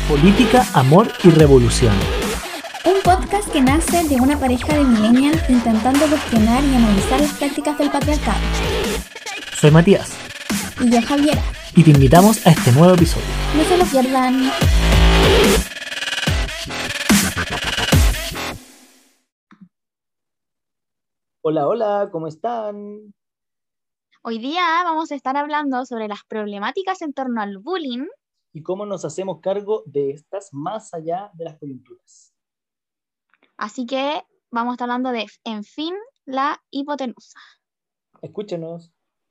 Política, amor y revolución. Un podcast que nace de una pareja de millennials intentando cuestionar y analizar las prácticas del patriarcado. Soy Matías. Y yo, Javiera. Y te invitamos a este nuevo episodio. No se lo pierdan. Hola, hola, ¿cómo están? Hoy día vamos a estar hablando sobre las problemáticas en torno al bullying. Y cómo nos hacemos cargo de estas más allá de las coyunturas. Así que vamos a estar hablando de, en fin, la hipotenusa. Escúchenos.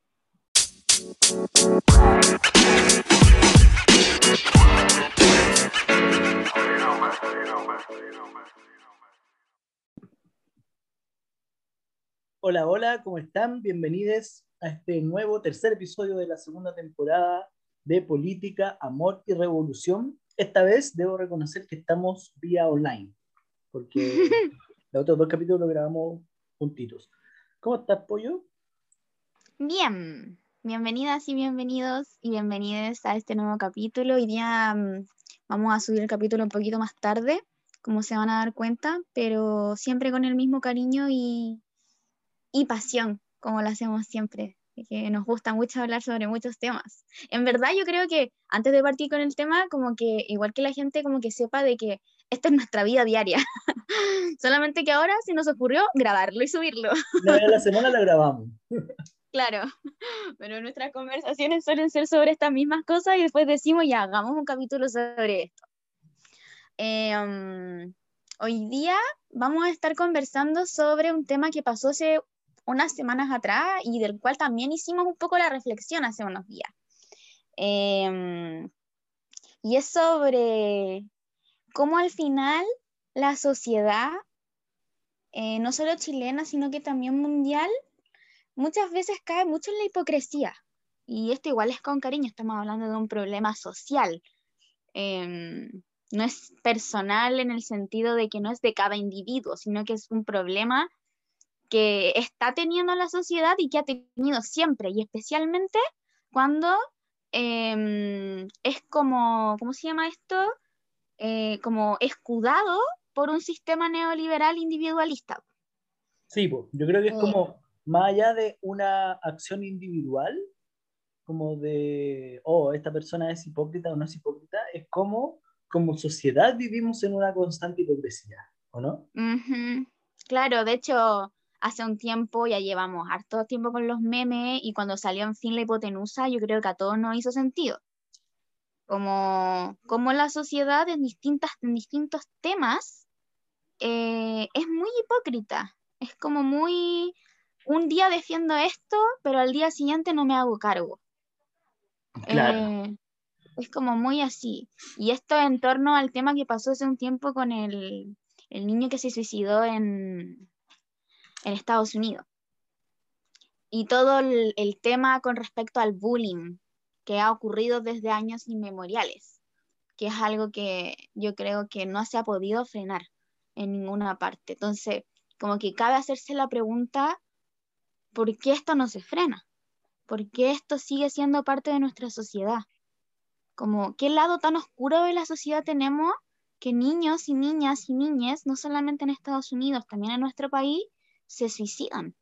Hola, hola, ¿cómo están? Bienvenidos a este nuevo tercer episodio de la segunda temporada de Política, Amor y Revolución. Esta vez debo reconocer que estamos vía online, porque los otros dos capítulos los grabamos juntitos. ¿Cómo estás, Pollo? Bien, bienvenidas y bienvenidos a este nuevo capítulo. Hoy día vamos a subir el capítulo un poquito más tarde, como se van a dar cuenta, pero siempre con el mismo cariño y pasión, como lo hacemos siempre, que nos gusta mucho hablar sobre muchos temas. En verdad yo creo que antes de partir con el tema, como que igual que la gente como que sepa de que esta es nuestra vida diaria, solamente que ahora se nos ocurrió grabarlo y subirlo. Una vez a la semana la grabamos. Claro, pero nuestras conversaciones suelen ser sobre estas mismas cosas y después decimos ya, hagamos un capítulo sobre esto. Hoy día vamos a estar conversando sobre un tema que pasó hace unas semanas atrás y del cual también hicimos un poco la reflexión hace unos días. Y es sobre cómo al final la sociedad, no solo chilena, sino que también mundial, muchas veces cae mucho en la hipocresía. Y esto igual es con cariño, estamos hablando de un problema social. No es personal en el sentido de que no es de cada individuo, sino que es un problema que está teniendo la sociedad y que ha tenido siempre, y especialmente cuando es como, ¿cómo se llama esto? Como escudado por un sistema neoliberal individualista. Sí, pues, yo creo que es Eh, como, más allá de una acción individual, como de, oh, esta persona es hipócrita o no es hipócrita, es como sociedad vivimos en una constante hipocresía, ¿o no? uh-huh. Claro, de hecho, hace un tiempo, ya llevamos harto tiempo con los memes, y cuando salió en fin la hipotenusa, yo creo que a todos nos hizo sentido. Como la sociedad en distintos temas es muy hipócrita. Es como muy, un día defiendo esto, pero al día siguiente no me hago cargo. Claro. Es como muy así. Y esto en torno al tema que pasó hace un tiempo con el niño que se suicidó en Estados Unidos. Y todo el tema con respecto al bullying que ha ocurrido desde años inmemoriales, que es algo que yo creo que no se ha podido frenar en ninguna parte. Entonces, como que cabe hacerse la pregunta, ¿por qué esto no se frena? ¿Por qué esto sigue siendo parte de nuestra sociedad? Como, ¿qué lado tan oscuro de la sociedad tenemos que niños y niñas y niñas, no solamente en Estados Unidos, también en nuestro país, se suicidan?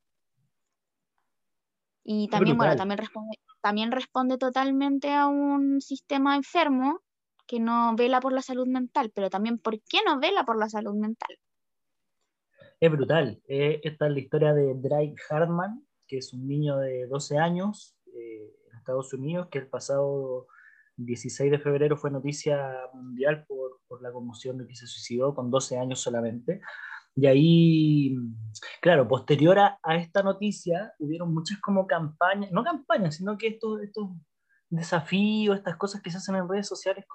Y Es también, bueno, brutal. también responde totalmente a un sistema enfermo que no vela por la salud mental, pero también, ¿por qué no vela por la salud mental? Es brutal. Esta es la historia de Drake Hartman, que es un niño de 12 años en Estados Unidos, que el pasado 16 de febrero fue noticia mundial por la conmoción de que se suicidó con 12 años solamente. Y ahí, claro, posterior a esta noticia, hubieron muchas como campañas, no campañas, sino que estos desafíos, estas cosas que se hacen en redes sociales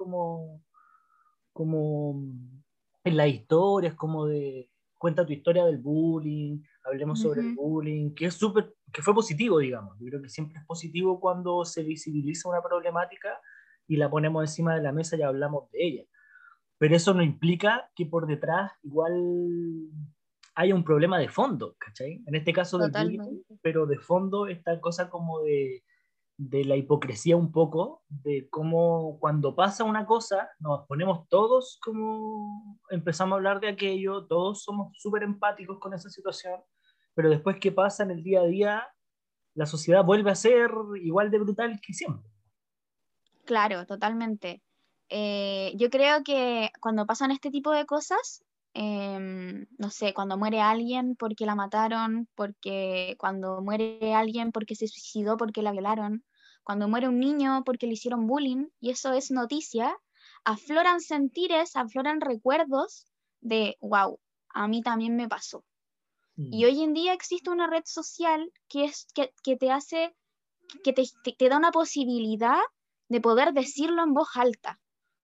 como en las historias, como de cuenta tu historia del bullying, hablemos sobre el Ujú. bullying, que es súper, que fue positivo, digamos. Yo creo que siempre es positivo cuando se visibiliza una problemática y la ponemos encima de la mesa y hablamos de ella. Pero eso no implica que por detrás igual haya un problema de fondo, ¿cachai? En este caso del bullying, Totalmente. pero de fondo esta cosa como de de la hipocresía un poco, de cómo cuando pasa una cosa nos ponemos todos como empezamos a hablar de aquello, todos somos súper empáticos con esa situación, pero después que pasa en el día a día, la sociedad vuelve a ser igual de brutal que siempre. Claro, totalmente. Yo creo que cuando pasan este tipo de cosas, no sé, cuando muere alguien porque la mataron, porque cuando muere alguien porque se suicidó, porque la violaron, cuando muere un niño porque le hicieron bullying, y eso es noticia, afloran sentires, afloran recuerdos de, wow, a mí también me pasó. Mm. Y hoy en día existe una red social que te hace, que te da una posibilidad de poder decirlo en voz alta,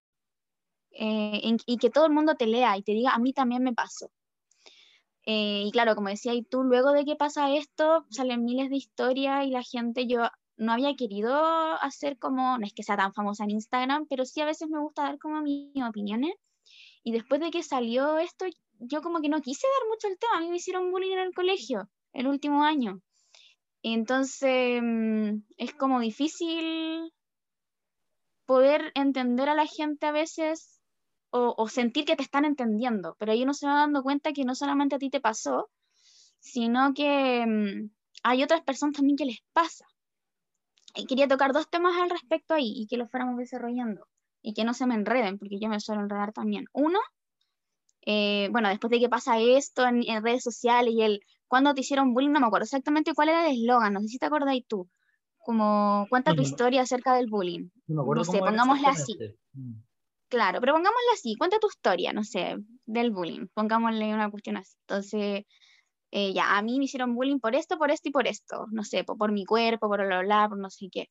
y que todo el mundo te lea y te diga, a mí también me pasó. Y claro, como decía, y tú, luego de que pasa esto, salen miles de historias y la gente, yo no había querido hacer como, no es que sea tan famosa en Instagram, pero sí a veces me gusta dar como mis opiniones. Y después de que salió esto, yo como que no quise dar mucho el tema, a mí me hicieron bullying en el colegio el último año. Entonces, es como difícil poder entender a la gente a veces o sentir que te están entendiendo, pero ahí uno se va dando cuenta que no solamente a ti te pasó, sino que hay otras personas también que les pasa. Y quería tocar dos temas al respecto ahí y que los fuéramos desarrollando y que no se me enreden, porque yo me suelo enredar también. Uno, bueno, después de que pasa esto en redes sociales y cuando te hicieron bullying, no me acuerdo exactamente cuál era el eslogan, no sé si te acordáis tú, como cuenta No, tu historia acerca del bullying. no me No acuerdo sé, cómo era pongámosla así. exactamente. Mm. Claro, pero pongámosla así, cuenta tu historia, no sé, del bullying, pongámosle una cuestión así. Entonces, ya, a mí me hicieron bullying por esto y por esto, no sé, por mi cuerpo, por bla, bla, bla, por no sé qué.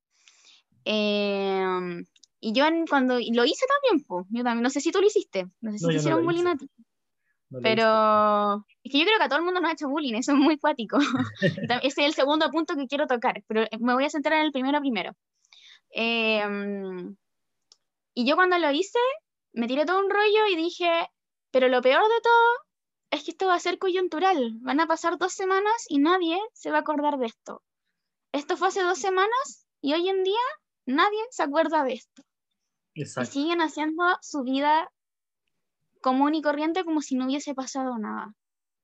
Em, y yo cuando y lo hice también, pues, yo también, no sé si tú lo hiciste, no sé si No, te yo no lo hicieron bullying hice, a ti, no lo hice. pero es que yo creo que a todo el mundo nos ha hecho bullying, eso es muy cuático. Ese es el segundo punto que quiero tocar, pero me voy a centrar en el primero primero. Em, y yo cuando lo hice, me tiré todo un rollo y dije, pero lo peor de todo es que esto va a ser coyuntural. Van a pasar 2 semanas y nadie se va a acordar de esto. Esto fue hace 2 semanas y hoy en día nadie se acuerda de esto. Y Exacto. siguen haciendo su vida común y corriente como si no hubiese pasado nada.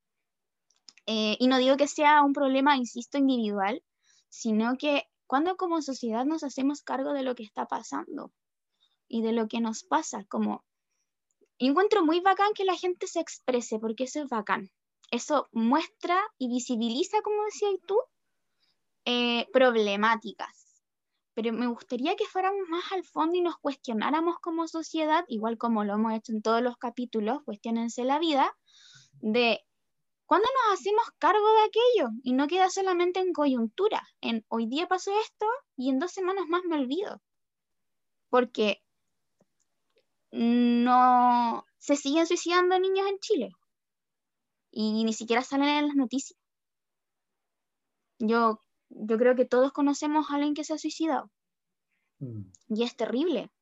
Y no digo que sea un problema, insisto, individual, sino que cuando como sociedad nos hacemos cargo de lo que está pasando y de lo que nos pasa, como encuentro muy bacán que la gente se exprese, porque eso es bacán. Eso muestra y visibiliza, como decías tú, problemáticas. Pero me gustaría que fuéramos más al fondo y nos cuestionáramos como sociedad, igual como lo hemos hecho en todos los capítulos, cuestionense la vida, de cuándo nos hacemos cargo de aquello y no queda solamente en coyuntura, en hoy día pasó esto y en 2 semanas más me olvido. Porque no se siguen suicidando niños en Chile y ni siquiera salen en las noticias. Yo creo que todos conocemos a alguien que se ha suicidado Mm. y es terrible.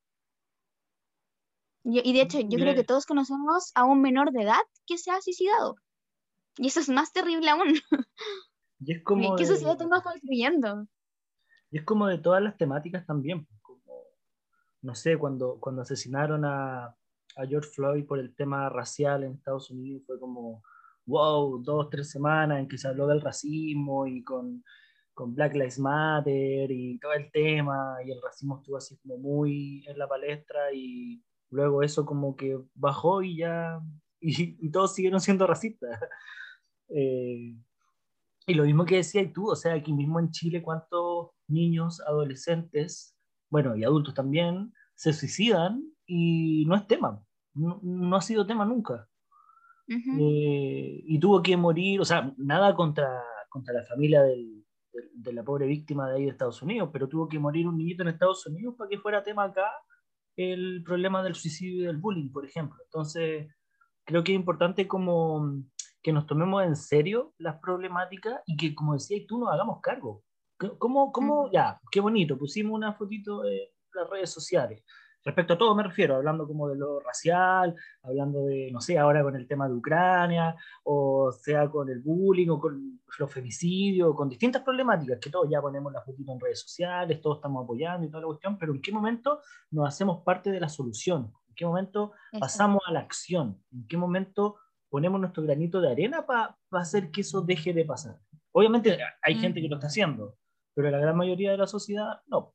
Y de hecho, yo creo que Mira, todos conocemos a un menor de edad que se ha suicidado. Y eso es más terrible aún. y es como ¿Qué sociedad de, estamos construyendo? y es como de todas las temáticas también, como, no sé, cuando asesinaron a George Floyd por el tema racial en Estados Unidos, fue como, wow, 2, 3 semanas en que se habló del racismo y con Black Lives Matter y todo el tema, y el racismo estuvo así como muy en la palestra, y luego eso como que bajó y ya, y todos siguieron siendo racistas. Eh, y lo mismo que decías tú, o sea, aquí mismo en Chile, ¿cuántos niños, adolescentes, bueno, y adultos también, se suicidan y no es tema? No, no ha sido tema nunca. Ujú, Y tuvo que morir, o sea, nada contra la familia de la pobre víctima de ahí de Estados Unidos, pero tuvo que morir un niñito en Estados Unidos para que fuera tema acá el problema del suicidio y del bullying, por ejemplo. Entonces, creo que es importante como que nos tomemos en serio las problemáticas y que, como decías tú, nos hagamos cargo. ujú. Ya, qué bonito, pusimos una fotito en las redes sociales, Respecto a todo me refiero, hablando como de lo racial, hablando de, no sé, ahora con el tema de Ucrania, o sea con el bullying, o con los femicidios, con distintas problemáticas, que todos ya ponemos la fotito en redes sociales, todos estamos apoyando y toda la cuestión, pero ¿en qué momento nos hacemos parte de la solución? ¿En qué momento Exacto. pasamos a la acción? ¿En qué momento ponemos nuestro granito de arena para hacer que eso deje de pasar? Obviamente hay gente que lo está haciendo, pero la gran mayoría de la sociedad no.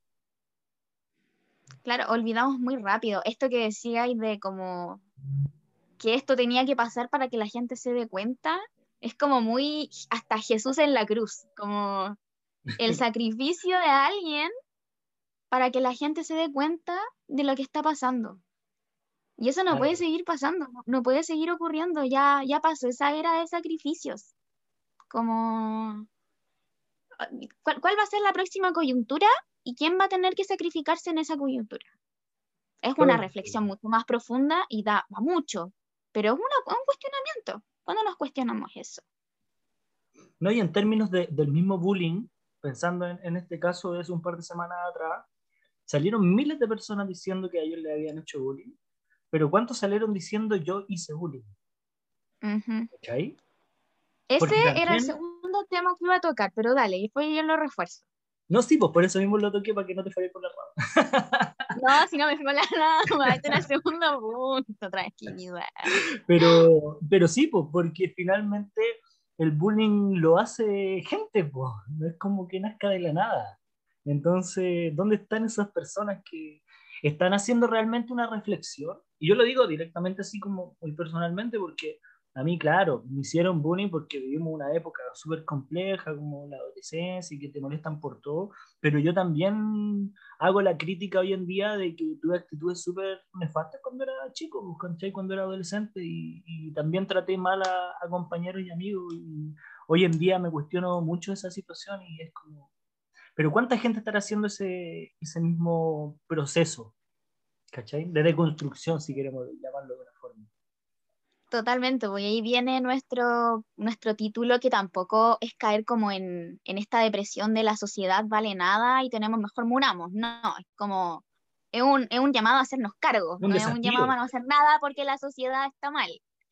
Claro, olvidamos muy rápido esto que decíais de como que esto tenía que pasar para que la gente se dé cuenta. Es como muy hasta Jesús en la cruz, como el sacrificio de alguien para que la gente se dé cuenta de lo que está pasando. Y eso no puede Claro. seguir pasando, no puede seguir ocurriendo, ya pasó esa era de sacrificios. Como, ¿cuál va a ser la próxima coyuntura y quién va a tener que sacrificarse en esa coyuntura? Es una Claro. reflexión mucho más profunda y da mucho, pero es un cuestionamiento. ¿Cuándo nos cuestionamos eso? No, y en términos del mismo bullying, pensando en este caso de hace un par de semanas atrás, salieron miles de personas diciendo que a ellos le habían hecho bullying, pero ¿cuántos salieron diciendo yo hice bullying? Ujú. ¿Cachai? Ese Porque era el también, segundo tema que iba a tocar, pero dale, y después yo lo refuerzo. no, sí, pues por eso mismo lo toqué para que no te falles por la rama. No, si no me fui con la rama, este era el segundo punto, tranquilidad. Pero sí, pues porque finalmente el bullying lo hace gente, pues, no es como que nazca de la nada. Entonces, ¿dónde están esas personas que están haciendo realmente una reflexión? Y yo lo digo directamente así como muy personalmente, porque a mí, claro, me hicieron bullying porque vivimos una época súper compleja como la adolescencia y que te molestan por todo, pero yo también hago la crítica hoy en día de que tuve actitudes súper nefastas cuando era chico, pues, ¿cachai? Cuando era adolescente y también traté mal a compañeros y amigos y hoy en día me cuestiono mucho esa situación y es como, pero ¿cuánta gente estará haciendo ese mismo proceso, ¿cachai? De deconstrucción, si queremos llamarlo de una forma. Totalmente, pues y ahí viene nuestro título que tampoco es caer como en esta depresión de la sociedad vale nada y tenemos mejor muramos. No, es como, es un llamado a hacernos cargo, Un no es un llamado desafío. a no hacer nada porque la sociedad está mal.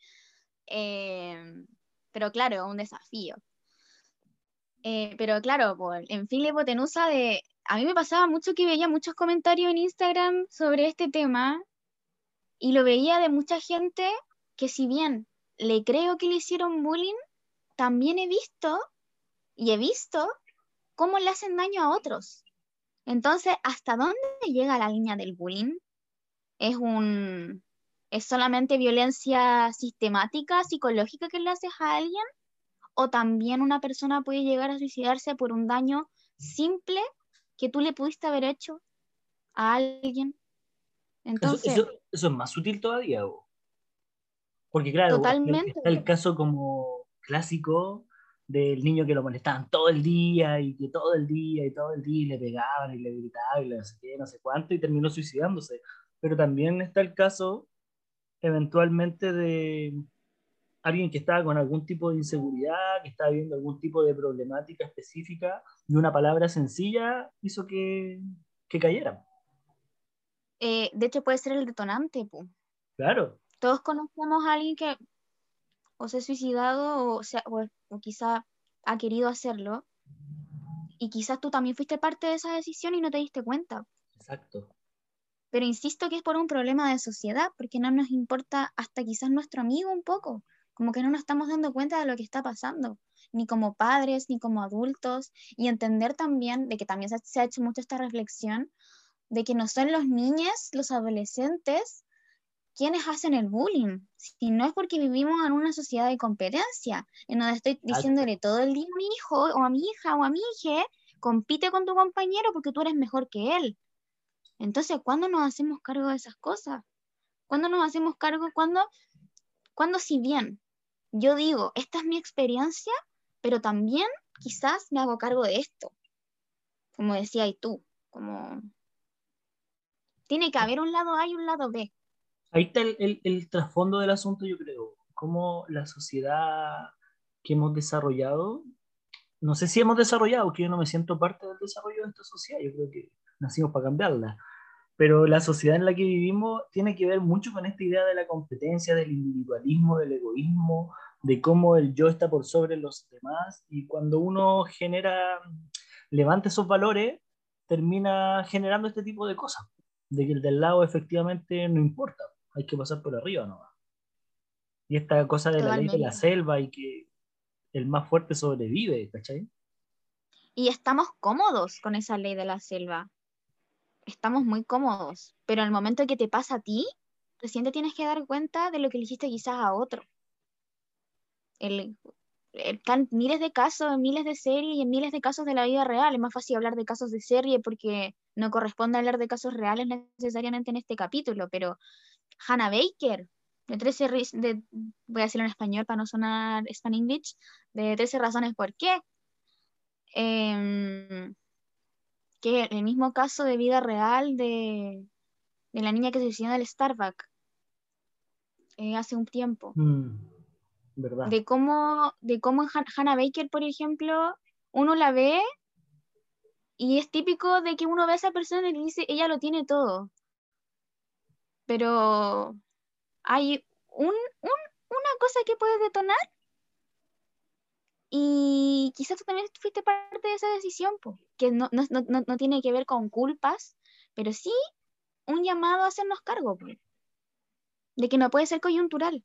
Eh, pero claro, es un desafío. Pero claro, pues, en fin, la hipotenusa de... A mí me pasaba mucho que veía muchos comentarios en Instagram sobre este tema y lo veía de mucha gente que si bien le creo que le hicieron bullying, también he visto cómo le hacen daño a otros. Entonces, ¿hasta dónde llega la línea del bullying? ¿Es es solamente violencia sistemática, psicológica que le haces a alguien? ¿O también una persona puede llegar a suicidarse por un daño simple que tú le pudiste haber hecho a alguien? Eso, Entonces, eso, eso es más sutil todavía, bo. Porque claro, totalmente. está el caso como clásico del niño que lo molestaban todo el día y que todo el día y todo el día le pegaban y le gritaban y le no sé qué, no sé cuánto y terminó suicidándose. Pero también está el caso eventualmente de alguien que estaba con algún tipo de inseguridad, que estaba viendo algún tipo de problemática específica y una palabra sencilla hizo que cayera. De hecho, puede ser el detonante, pu. Claro, Todos conocemos a alguien que o se ha suicidado o quizá ha querido hacerlo y quizás tú también fuiste parte de esa decisión y no te diste cuenta. exacto. Pero insisto que es por un problema de sociedad, porque no nos importa hasta quizás nuestro amigo un poco, como que no nos estamos dando cuenta de lo que está pasando, ni como padres, ni como adultos, y entender también de que también se ha hecho mucho esta reflexión de que no son los niños, los adolescentes, quienes hacen el bullying, si no es porque vivimos en una sociedad de competencia, en donde estoy Exacto. diciéndole todo el día a mi hijo o a mi hija o a mi hija, compite con tu compañero porque tú eres mejor que él. Entonces, ¿cuándo nos hacemos cargo de esas cosas? ¿Cuándo nos hacemos cargo? ¿Cuándo si bien yo digo, esta es mi experiencia, pero también quizás me hago cargo de esto, como decía y tú, como tiene que haber un lado A y un lado B. Ahí está el trasfondo del asunto, yo creo. Cómo la sociedad que hemos desarrollado, no sé si hemos desarrollado, que yo no me siento parte del desarrollo de esta sociedad, yo creo que nacimos para cambiarla, Pero la sociedad en la que vivimos tiene que ver mucho con esta idea de la competencia, del individualismo, del egoísmo, de cómo el yo está por sobre los demás, y cuando uno levanta esos valores, termina generando este tipo de cosas, de que el del lado efectivamente no importa, hay que pasar por arriba nomás. Y esta cosa de la ley de la Totalmente. selva y que el más fuerte sobrevive, ¿cachai? Y estamos cómodos con esa ley de la selva. Estamos muy cómodos. Pero en el momento que te pasa a ti, recién te tienes que dar cuenta de lo que le hiciste quizás a otro. El, están miles de casos, en miles de series y en miles de casos de la vida real. Es más fácil hablar de casos de serie porque no corresponde hablar de casos reales necesariamente en este capítulo, pero Hannah Baker, de 13 voy a decirlo en español para no sonar Spanglish, de 13 razones por qué. Em, que el mismo caso de vida real de la niña que se suicidó en el Starbucks hace un tiempo. Mm, ¿verdad? De cómo Hannah Baker, por ejemplo, uno la ve y es típico de que uno ve a esa persona y le dice, ella lo tiene todo, pero hay una cosa que puede detonar y quizás tú también fuiste parte de esa decisión, po, que no tiene que ver con culpas, pero sí un llamado a hacernos cargo, po, de que no puede ser coyuntural.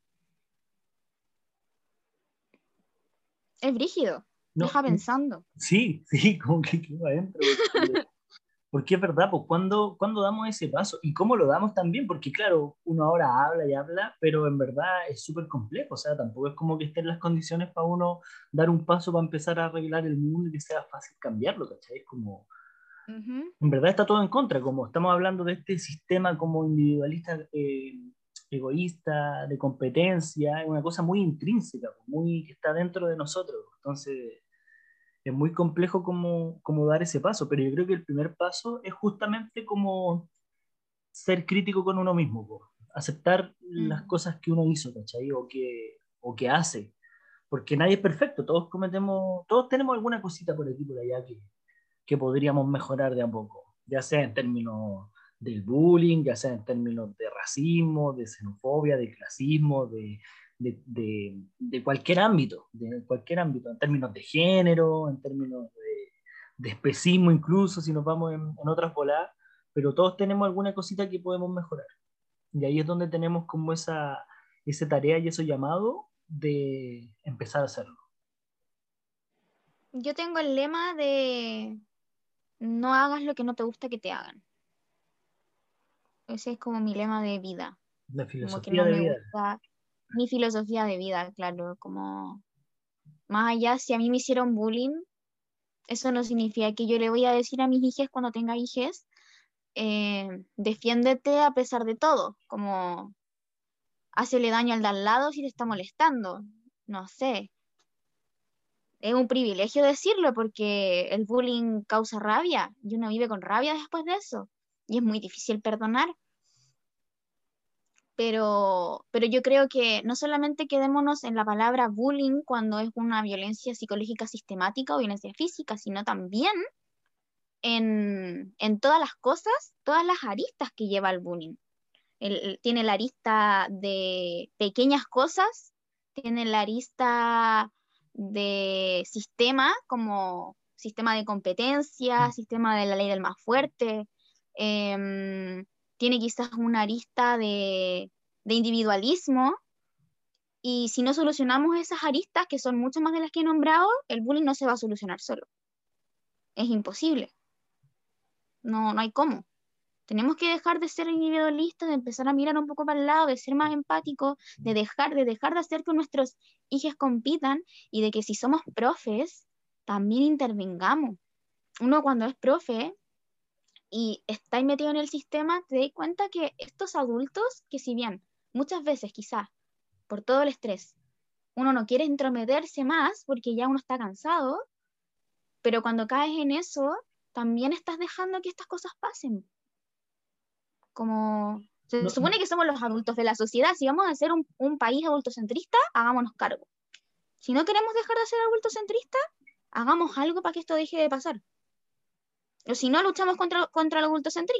Es brígido, No, deja pensando. sí, sí, como que quedo adentro, porque es verdad, pues ¿cuándo damos ese paso? ¿Y cómo lo damos también? Porque claro, uno ahora habla y habla, pero en verdad es súper complejo, o sea, tampoco es como que estén las condiciones para uno dar un paso para empezar a arreglar el mundo y que sea fácil cambiarlo, ¿cachai? Es como, Ujú. en verdad está todo en contra, como estamos hablando de este sistema como individualista, egoísta, de competencia, es una cosa muy intrínseca, muy que está dentro de nosotros, entonces es muy complejo como dar ese paso, pero yo creo que el primer paso es justamente como ser crítico con uno mismo, po. Aceptar las Mm. cosas que uno hizo, ¿cachai? O que hace, porque nadie es perfecto, todos tenemos alguna cosita por aquí, por allá que podríamos mejorar de a poco, ya sea en términos del bullying, ya sea en términos de racismo, de xenofobia, de clasismo, de cualquier ámbito, en términos de género, en términos de especismo incluso, si nos vamos en otras voladas, pero todos tenemos alguna cosita que podemos mejorar. Y ahí es donde tenemos como esa tarea y ese llamado de empezar a hacerlo. Yo tengo el lema de no hagas lo que no te gusta que te hagan. Ese es como mi lema de vida. La Como que filosofía no de me vida. gusta mi filosofía de vida, claro, como más allá, si a mí me hicieron bullying, eso no significa que yo le voy a decir a mis hijas cuando tenga hijas, defiéndete a pesar de todo, como hácele daño al de al lado si te está molestando, no sé. Es un privilegio decirlo porque el bullying causa rabia y uno vive con rabia después de eso y es muy difícil perdonar. Pero yo creo que no solamente quedémonos en la palabra bullying cuando es una violencia psicológica sistemática o violencia física, sino también en todas las cosas, todas las aristas que lleva el bullying. Tiene la arista de pequeñas cosas, tiene la arista de sistema, como sistema de competencia, sistema de la ley del más fuerte, em, tiene quizás una arista de individualismo, y si no solucionamos esas aristas, que son mucho más de las que he nombrado, el bullying no se va a solucionar solo. Es imposible, no hay cómo. Tenemos que dejar de ser individualistas, de empezar a mirar un poco para el lado, de ser más empáticos, de dejar de hacer que nuestros hijos compitan y de que si somos profes, también intervengamos. Uno cuando es profe y está ahí metido en el sistema, te das cuenta que estos adultos, que si bien muchas veces quizás por todo el estrés, uno no quiere intrometerse más porque ya uno está cansado, pero cuando caes en eso, también estás dejando que estas cosas pasen. Como se No, supone que somos los adultos de la sociedad, si vamos a ser un país adultocentrista, hagámonos cargo. Si no queremos dejar de ser adultocentristas, hagamos algo para que esto deje de pasar. O si no, luchamos contra el adultocentrismo.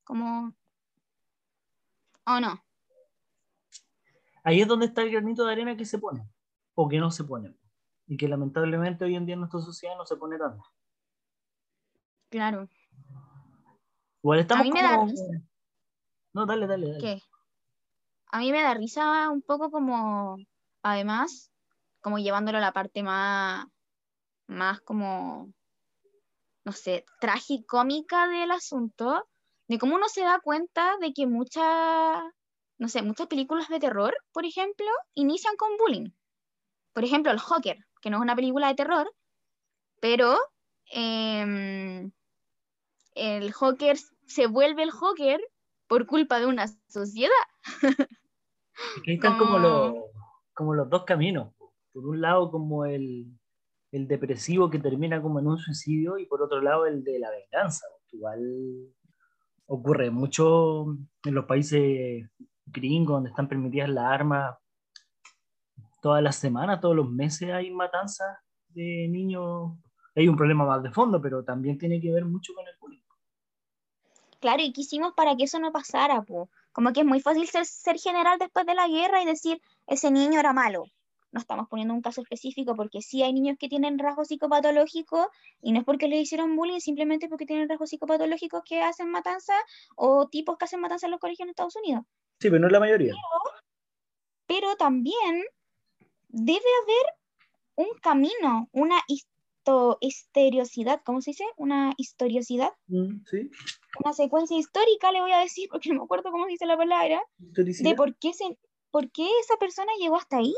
Como, ¿o no? Ahí es donde está el granito de arena que se pone, o que no se pone, y que lamentablemente hoy en día en nuestra sociedad no se pone tanto. Claro. Igual A estamos mí me da como... risa, No, dale, dale, dale. ¿qué? A mí me da risa un poco como, además, como llevándolo a la parte más como, no sé, tragicómica del asunto, de cómo uno se da cuenta de que no sé, muchas películas de terror, por ejemplo, inician con bullying. Por ejemplo, El Joker, que no es una película de terror, pero em, el Joker se vuelve el Joker por culpa de una sociedad. Es que ahí están Como, como los dos caminos. Por un lado, como el depresivo que termina como en un suicidio, y por otro lado, el de la venganza. Igual ocurre mucho en los países gringos, donde están permitidas las armas todas las semanas, todos los meses hay matanzas de niños. Hay un problema más de fondo, pero también tiene que ver mucho con el bullying. claro, y qué hicimos para que eso no pasara, po. Como que es muy fácil ser general después de la guerra y decir, ese niño era malo. No estamos poniendo un caso específico porque sí hay niños que tienen rasgos psicopatológicos y no es porque les hicieron bullying, simplemente porque tienen rasgos psicopatológicos que hacen matanza o tipos que hacen matanza en los colegios en Estados Unidos. Sí, pero no es la mayoría. Pero también debe haber un camino, una historiosidad, ¿cómo se dice? Una historiosidad, Sí, una secuencia histórica, le voy a decir, porque no me acuerdo cómo se dice la palabra, de historicidad. por qué esa persona llegó hasta ahí.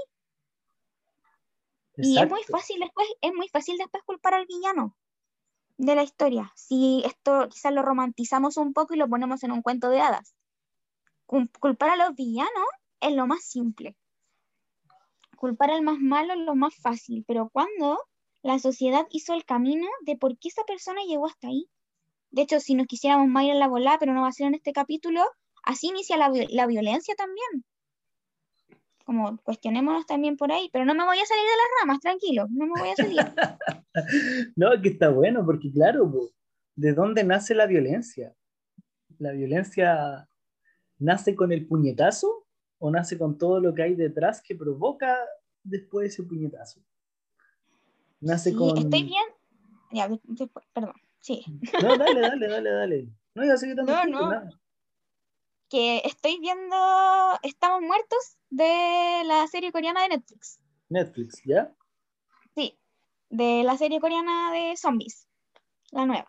Y Exacto. es muy fácil después culpar al villano de la historia. Si esto quizás lo romantizamos un poco y lo ponemos en un cuento de hadas. Culpar a los villanos es lo más simple. Culpar al más malo es lo más fácil. Pero cuando la sociedad hizo el camino de por qué esa persona llegó hasta ahí. De hecho, si nos quisiéramos más ir a la volada, pero no va a ser en este capítulo, así inicia la violencia también. Como cuestionémonos también por ahí, pero no me voy a salir de las ramas, tranquilo, no me voy a salir. No, que está bueno, porque claro, po, ¿de dónde nace la violencia? ¿La violencia nace con el puñetazo o nace con todo lo que hay detrás que provoca después ese puñetazo? Nace Sí, estoy con... bien. Ya, después, perdón. Sí. No, dale, dale, dale, dale. No iba a seguir dando No, explico, no. nada. Que estoy viendo Estamos Muertos de la serie coreana de Netflix. Netflix, ¿ya? Sí, de la serie coreana de zombies, la nueva.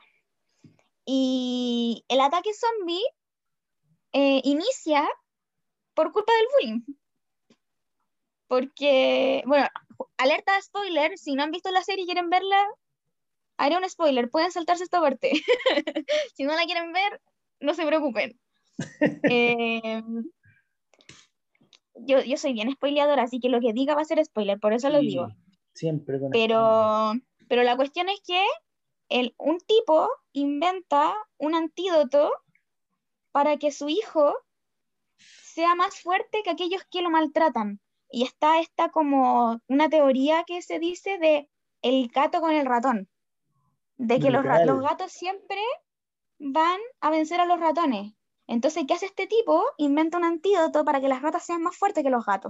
Y el ataque zombie inicia por culpa del bullying. Porque, bueno, alerta de spoiler, si no han visto la serie y quieren verla, haré un spoiler, pueden saltarse esta parte. Si no la quieren ver, no se preocupen. Eh, yo soy bien spoileadora, así que lo que diga va a ser spoiler, por eso lo digo. Sí, siempre con spoiler. Pero la cuestión es que un tipo inventa un antídoto para que su hijo sea más fuerte que aquellos que lo maltratan. Y está esta como una teoría que se dice de el gato con el ratón, de que los Brutal, gatos siempre van a vencer a los ratones. Entonces, ¿qué hace este tipo? Inventa un antídoto para que las ratas sean más fuertes que los gatos.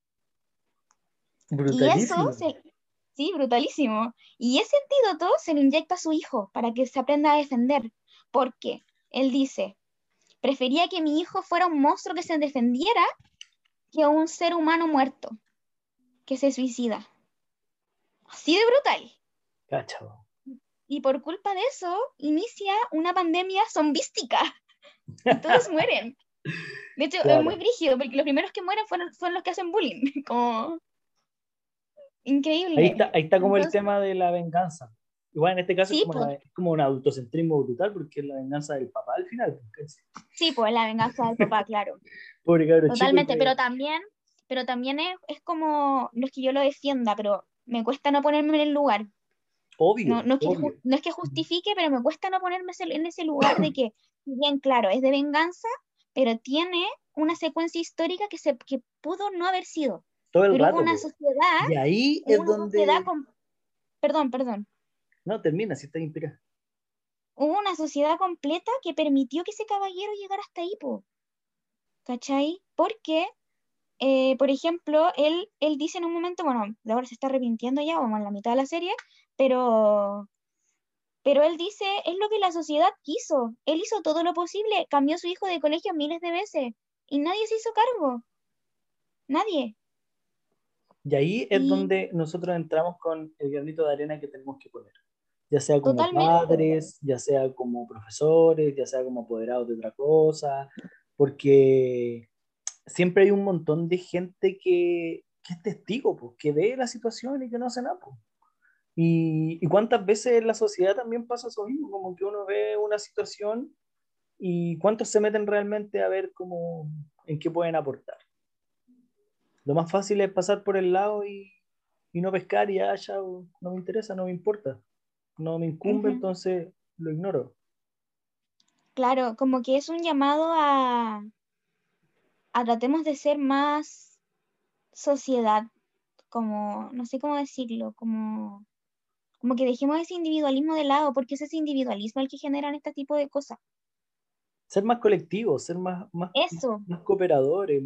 Y eso, brutalísimo. sí, brutalísimo. Y ese antídoto se lo inyecta a su hijo para que se aprenda a defender. ¿Por qué? Él dice, prefería que mi hijo fuera un monstruo que se defendiera que un ser humano muerto, que se suicida. Así de brutal. Cacho. Y por culpa de eso, inicia una pandemia zombística y todos mueren. De hecho, es muy Claro. brígido porque los primeros que mueren fueron los que hacen bullying. Como increíble. Ahí está como el Entonces, tema de la venganza. Igual en este caso sí, pues, es como un autocentrismo brutal porque es la venganza del papá al final. sí, pues la venganza del papá, claro. Pobre cabro chico Totalmente, que... pero también es como, no es que yo lo defienda, pero me cuesta no ponerme en el lugar. Obvio, obvio. No es que justifique, pero me cuesta no ponerme en ese lugar de que, si bien claro, es de venganza, pero tiene una secuencia histórica que pudo no haber sido. Todo el Pero rato, po. Y ahí hubo es una sociedad donde... con, perdón, No, termina, si está inspirado. hubo una sociedad completa que permitió que ese caballero llegara hasta ahí, po, ¿cachai? Porque, por ejemplo, él dice en un momento, bueno, de ahora se está arrepintiendo ya, vamos en la mitad de la serie, pero, pero él dice, es lo que la sociedad quiso. Él hizo todo lo posible, cambió a su hijo de colegio miles de veces y nadie se hizo cargo, nadie. Y ahí es Y donde nosotros entramos con el granito de arena que tenemos que poner, ya sea como totalmente, padres, ya sea como profesores, ya sea como apoderados de otra cosa, porque siempre hay un montón de gente que es testigo, pues, que ve la situación y que no hace nada. Pues. Y cuántas veces en la sociedad también pasa eso mismo, como que uno ve una situación y cuántos se meten realmente a ver cómo, en qué pueden aportar. Lo más fácil es pasar por el lado y no pescar y ya no me interesa, no me importa, no me incumbe, ujú. entonces lo ignoro. Claro, como que es un llamado a tratemos de ser más sociedad, como, no sé cómo decirlo, como que dejemos ese individualismo de lado, porque es ese individualismo el que generan este tipo de cosas. Ser más colectivos, ser Eso, más cooperadores,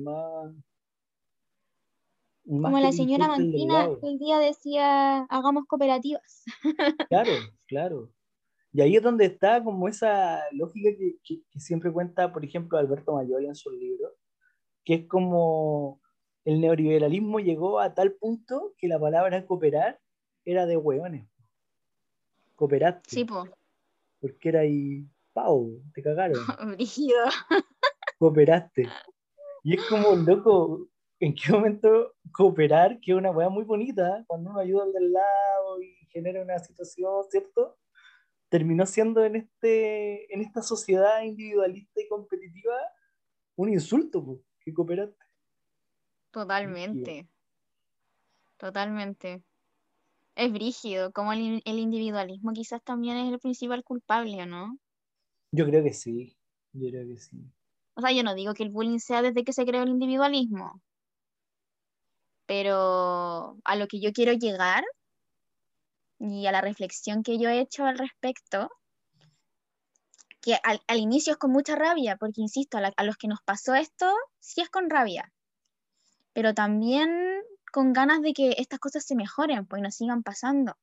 más como que la te señora importe el del Mantina lado. que el día decía, hagamos cooperativas. Claro, claro. Y ahí es donde está como esa lógica que siempre cuenta, por ejemplo, Alberto Mayol en sus libros, que es como el neoliberalismo llegó a tal punto que la palabra cooperar era de hueones. Cooperaste, Sí, po, porque era ahí, pau, te cagaron, brígido. cooperaste. Y es como, loco, ¿en qué momento cooperar, que es una hueá muy bonita, cuando uno ayuda al del lado y genera una situación, ¿cierto? Terminó siendo en esta sociedad individualista y competitiva un insulto, po, que cooperaste. Brígido. Totalmente, totalmente. Es brígido, como el individualismo quizás también es el principal culpable, ¿o no? Yo creo que sí, yo creo que sí. O sea, yo no digo que el bullying sea desde que se creó el individualismo, pero a lo que yo quiero llegar y a la reflexión que yo he hecho al respecto, que al inicio es con mucha rabia, porque insisto, a los que nos pasó esto, sí es con rabia, pero también con ganas de que estas cosas se mejoren, pues y nos sigan pasando.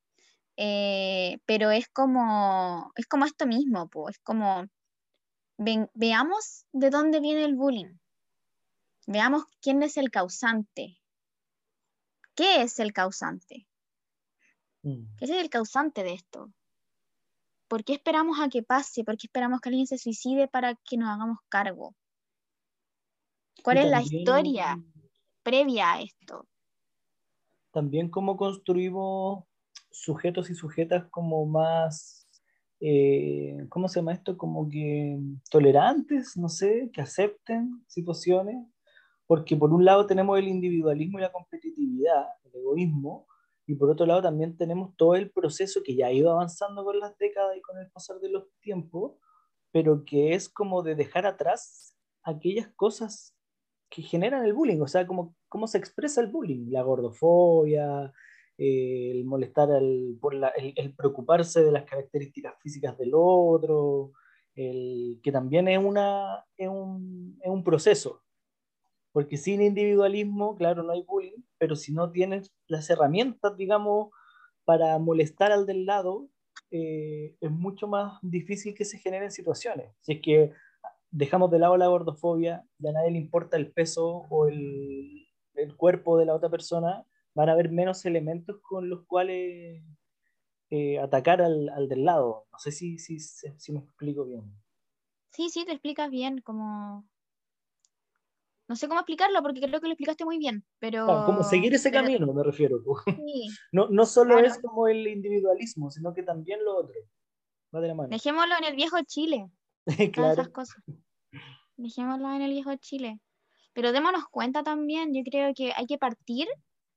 Pero es como esto mismo, pues, es como, veamos de dónde viene el bullying, veamos quién es el causante, qué es el causante, Mm. qué es el causante de esto. ¿Por qué esperamos a que pase? ¿Por qué esperamos que alguien se suicide para que nos hagamos cargo? ¿Cuál Y es la historia también, previa a esto? también cómo construimos sujetos y sujetas como más, ¿cómo se llama esto? Como que tolerantes, no sé, que acepten situaciones, porque por un lado tenemos el individualismo y la competitividad, el egoísmo, y por otro lado también tenemos todo el proceso que ya ha ido avanzando con las décadas y con el pasar de los tiempos, pero que es como de dejar atrás aquellas cosas que generan el bullying, o sea, cómo se expresa el bullying, la gordofobia, el molestar el preocuparse de las características físicas del otro, que también es un proceso, porque sin individualismo, claro, no hay bullying, pero si no tienes las herramientas, digamos, para molestar al del lado, es mucho más difícil que se generen situaciones. Si es que dejamos de lado la gordofobia, ya a nadie le importa el peso o el cuerpo de la otra persona, van a haber menos elementos con los cuales atacar al del lado. No sé si me explico bien. Sí, sí, te explicas bien, como... No sé cómo explicarlo porque creo que lo explicaste muy bien, Claro, como seguir ese pero camino, me refiero. sí, No, no solo claro. es como el individualismo, sino que también lo otro. Va de la mano. Dejémoslo en el viejo Chile, todas esas Claro. cosas. Dejémoslo en el viejo Chile. Pero démonos cuenta también, yo creo que hay que partir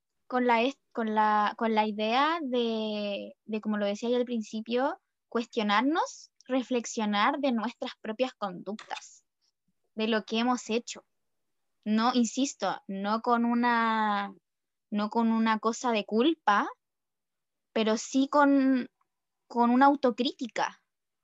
con la idea como lo decía yo al principio, cuestionarnos, reflexionar de nuestras propias conductas, de lo que hemos hecho. No, insisto, no con una cosa de culpa, pero sí con una autocrítica.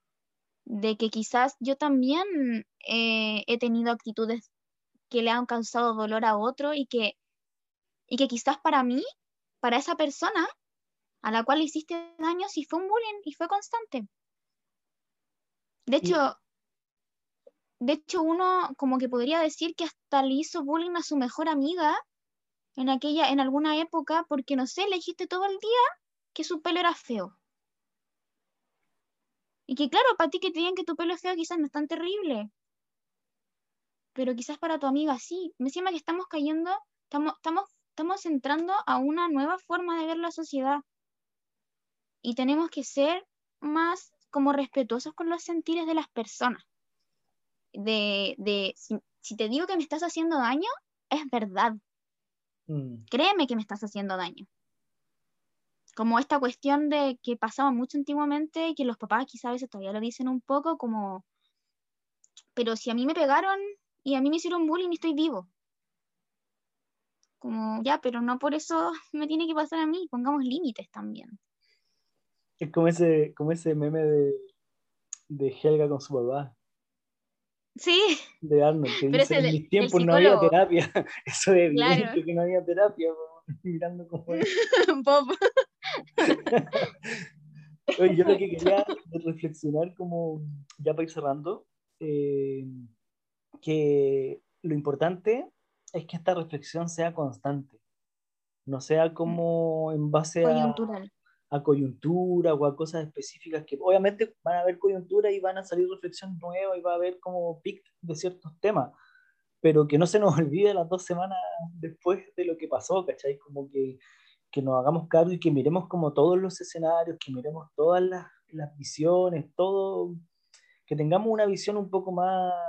de que quizás yo también he tenido actitudes que le han causado dolor a otro y que quizás para mí, para esa persona a la cual le hiciste daño, sí fue un bullying y fue constante. De Y hecho, de hecho, uno como que podría decir que hasta le hizo bullying a su mejor amiga en alguna época, porque no sé, le dijiste todo el día que su pelo era feo. Y que claro, para ti que te digan que tu pelo es feo quizás no es tan terrible, pero quizás para tu amiga sí. Me encima que estamos cayendo, estamos entrando a una nueva forma de ver la sociedad y tenemos que ser más como respetuosos con los sentires de las personas. Si te digo que me estás haciendo daño, es verdad. mm, Créeme que me estás haciendo daño. Como esta cuestión de que pasaba mucho antiguamente y que los papás quizás a veces todavía lo dicen un poco como, pero si a mí me pegaron y a mí me hicieron bullying y estoy vivo. Como, ya, pero no por eso me tiene que pasar a mí, pongamos límites también. es como ese meme de Helga con su papá, Sí, de Arnold, que pero es dice, en mis del tiempos no había psicólogo, terapia. Eso es claro. evidente que no había terapia, po, mirando cómo es. Bob. Oye, yo lo que quería reflexionar como, ya para ir cerrando, eh, que lo importante es que esta reflexión sea constante, no sea como en base Coyuntural. a coyuntura o a cosas específicas que obviamente van a haber coyunturas y van a salir reflexiones nuevas y va a haber como pic de ciertos temas, pero que no se nos olvide las 2 semanas después de lo que pasó, ¿cachai? Como que nos hagamos cargo y que miremos como todos los escenarios, que miremos todas las visiones, todo, que tengamos una visión un poco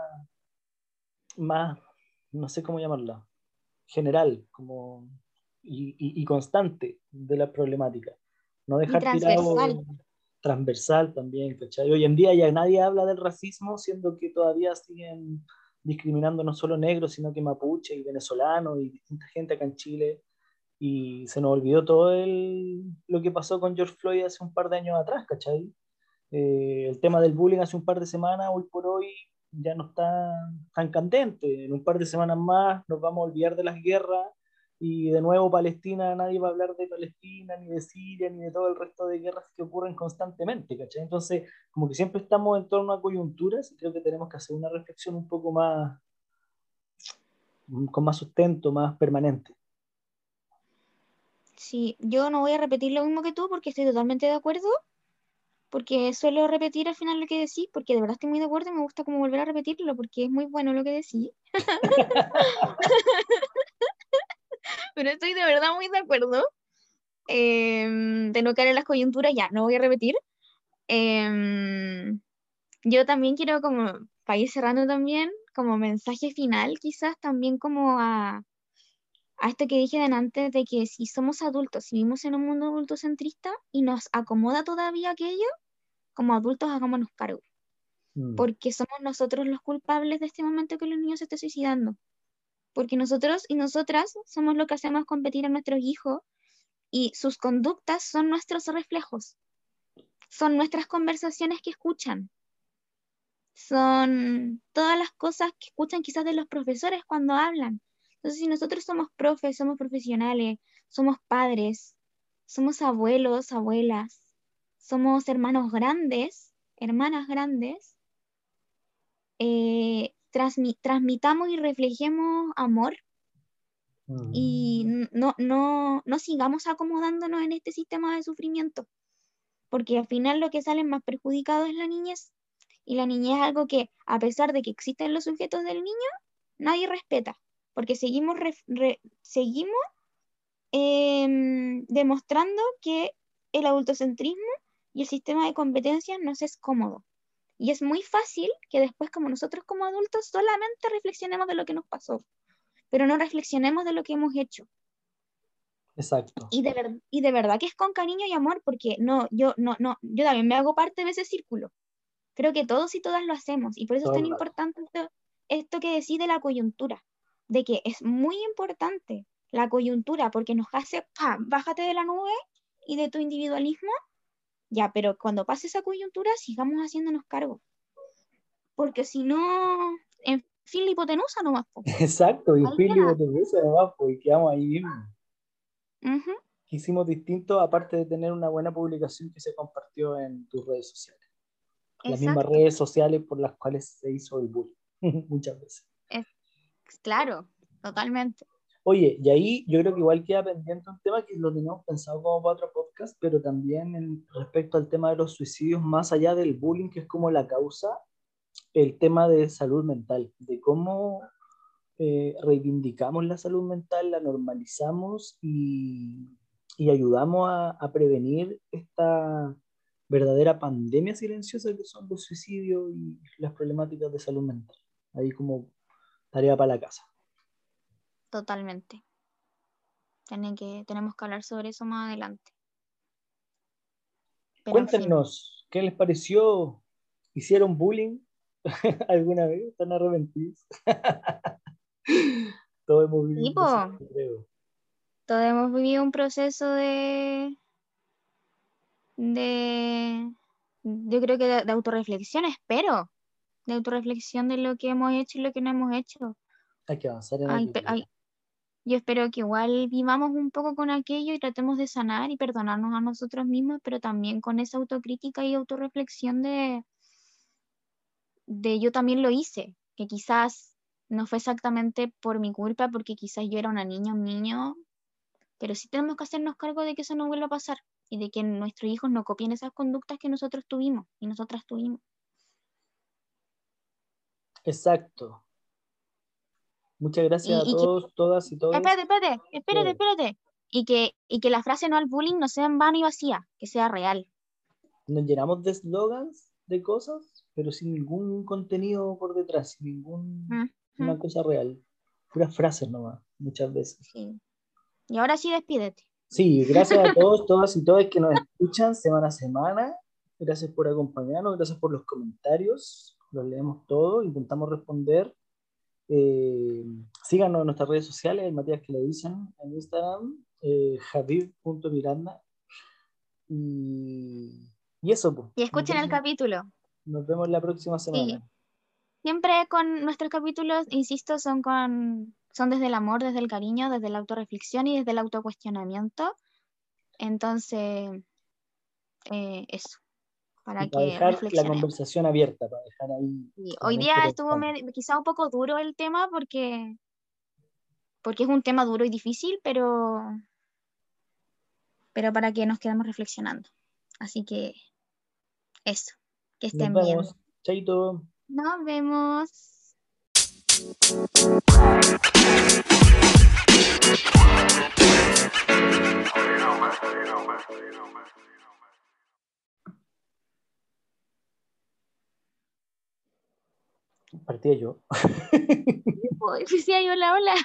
más, no sé cómo llamarla, general, como, y constante de la problemática. No Y dejar transversal. tirado transversal también, ¿cachai? Hoy en día ya nadie habla del racismo, siendo que todavía siguen discriminando no solo negros, sino que mapuche y venezolanos y distinta gente acá en Chile. Y se nos olvidó todo lo que pasó con George Floyd hace un par de años atrás, ¿cachai? El tema del bullying hace un par de semanas, hoy por hoy, ya no está tan candente. En un par de semanas más nos vamos a olvidar de las guerras y de nuevo Palestina, nadie va a hablar de Palestina, ni de Siria, ni de todo el resto de guerras que ocurren constantemente, ¿cachai? Entonces, como que siempre estamos en torno a coyunturas y creo que tenemos que hacer una reflexión un poco más, con más sustento, más permanente. Sí, yo no voy a repetir lo mismo que tú porque estoy totalmente de acuerdo, porque suelo repetir al final lo que decís, porque de verdad estoy muy de acuerdo y me gusta como volver a repetirlo porque es muy bueno lo que decís, pero estoy de verdad muy de acuerdo. De no caer en las coyunturas, ya, no voy a repetir. Em, yo también quiero como, para ir cerrando también, como mensaje final, quizás también como a esto que dije antes de que si somos adultos, si vivimos en un mundo adultocentrista y nos acomoda todavía aquello, como adultos hagámonos cargo, Mm, porque somos nosotros los culpables de este momento que los niños se estén suicidando, porque nosotros y nosotras somos lo que hacemos competir a nuestros hijos y sus conductas son nuestros reflejos, son nuestras conversaciones que escuchan, son todas las cosas que escuchan quizás de los profesores cuando hablan. Entonces, si nosotros somos profes, somos profesionales, somos padres, somos abuelos, abuelas, somos hermanos grandes, hermanas grandes, transmitamos y reflejemos amor y mm. no sigamos acomodándonos en este sistema de sufrimiento, porque al final lo que sale más perjudicado es la niñez. Y la niñez es algo que, a pesar de que existen los sujetos del niño, nadie respeta, porque seguimos demostrando que el adultocentrismo y el sistema de competencias nos es cómodo. Y es muy fácil que después, como nosotros como adultos, solamente reflexionemos de lo que nos pasó, pero no reflexionemos de lo que hemos hecho. Exacto, Y de verdad que es con cariño y amor, porque yo también me hago parte de ese círculo. Creo que todos y todas lo hacemos y por eso es todo tan el rato. importante esto que decide la coyuntura, de que es muy importante la coyuntura porque nos hace, ¡pam!, bájate de la nube y de tu individualismo, ya, pero cuando pase esa coyuntura sigamos haciéndonos cargo. porque si no, en fin, la hipotenusa nomás, po. Exacto, y Ahí Philly queda. eso además, pues quedamos ahí mismo. Ujú, ¿Qué hicimos distinto, aparte de tener una buena publicación que se compartió en tus redes sociales? Las mismas exacto. redes sociales por las cuales se hizo el bullying, muchas veces. Es, claro, totalmente. Oye, y ahí yo creo que igual queda pendiente un tema que lo teníamos pensado como para otro podcast, pero también respecto al tema de los suicidios, más allá del bullying, que es como la causa, el tema de salud mental, de cómo reivindicamos la salud mental, la normalizamos y ayudamos a prevenir esta verdadera pandemia silenciosa que son los suicidios y las problemáticas de salud mental. Ahí como tarea para la casa. Totalmente. Tenemos que hablar sobre eso más adelante. Pero en fin. Cuéntenos, ¿qué les pareció? ¿Hicieron bullying alguna vez? ¿Están arrepentidos? Todos hemos vivido Sí, un po, proceso, creo. todos hemos vivido un proceso de, yo creo que de autorreflexión, espero, de autorreflexión de lo que hemos hecho y lo que no hemos hecho. Hay que avanzar en Ay, aquello. yo espero que igual vivamos un poco con aquello y tratemos de sanar y perdonarnos a nosotros mismos, pero también con esa autocrítica y autorreflexión de yo también lo hice, que quizás no fue exactamente por mi culpa, porque quizás yo era una niña, un niño, pero sí tenemos que hacernos cargo de que eso no vuelva a pasar y de que nuestros hijos no copien esas conductas que nosotros tuvimos y nosotras tuvimos. Exacto. Muchas gracias a Y que, todos, todas y todos. espérate. Y que la frase no al bullying no sea en vano y vacía, que sea real. Nos llenamos de eslogans, de cosas, pero sin ningún contenido por detrás, sin ninguna Ujú, cosa real. Puras frases nomás, muchas veces. sí. Y ahora sí despídete. Sí, gracias a todos, todas y todos que nos escuchan semana a semana. Gracias por acompañarnos, gracias por los comentarios. Los leemos todos, intentamos responder. Eh, Síganos en nuestras redes sociales, el Matías que le dicen en Instagram, javid.miranda. Y eso, pues. Y Nos escuchen el vemos, capítulo. nos vemos la próxima Sí. semana. Siempre con nuestros capítulos, insisto, son desde el amor, desde el cariño, desde la autorreflexión y desde el autocuestionamiento. Entonces, eso, Y para para que dejar la reflexionemos. conversación abierta, para dejar ahí Y la hoy mente día estuvo pensando. quizá un poco duro el tema porque es un tema duro y difícil, pero para que nos quedemos reflexionando. Así que eso, que Nos estén bien. vemos. Chaito. Nos vemos. Partía yo. Uy, pues sí, hola, hola.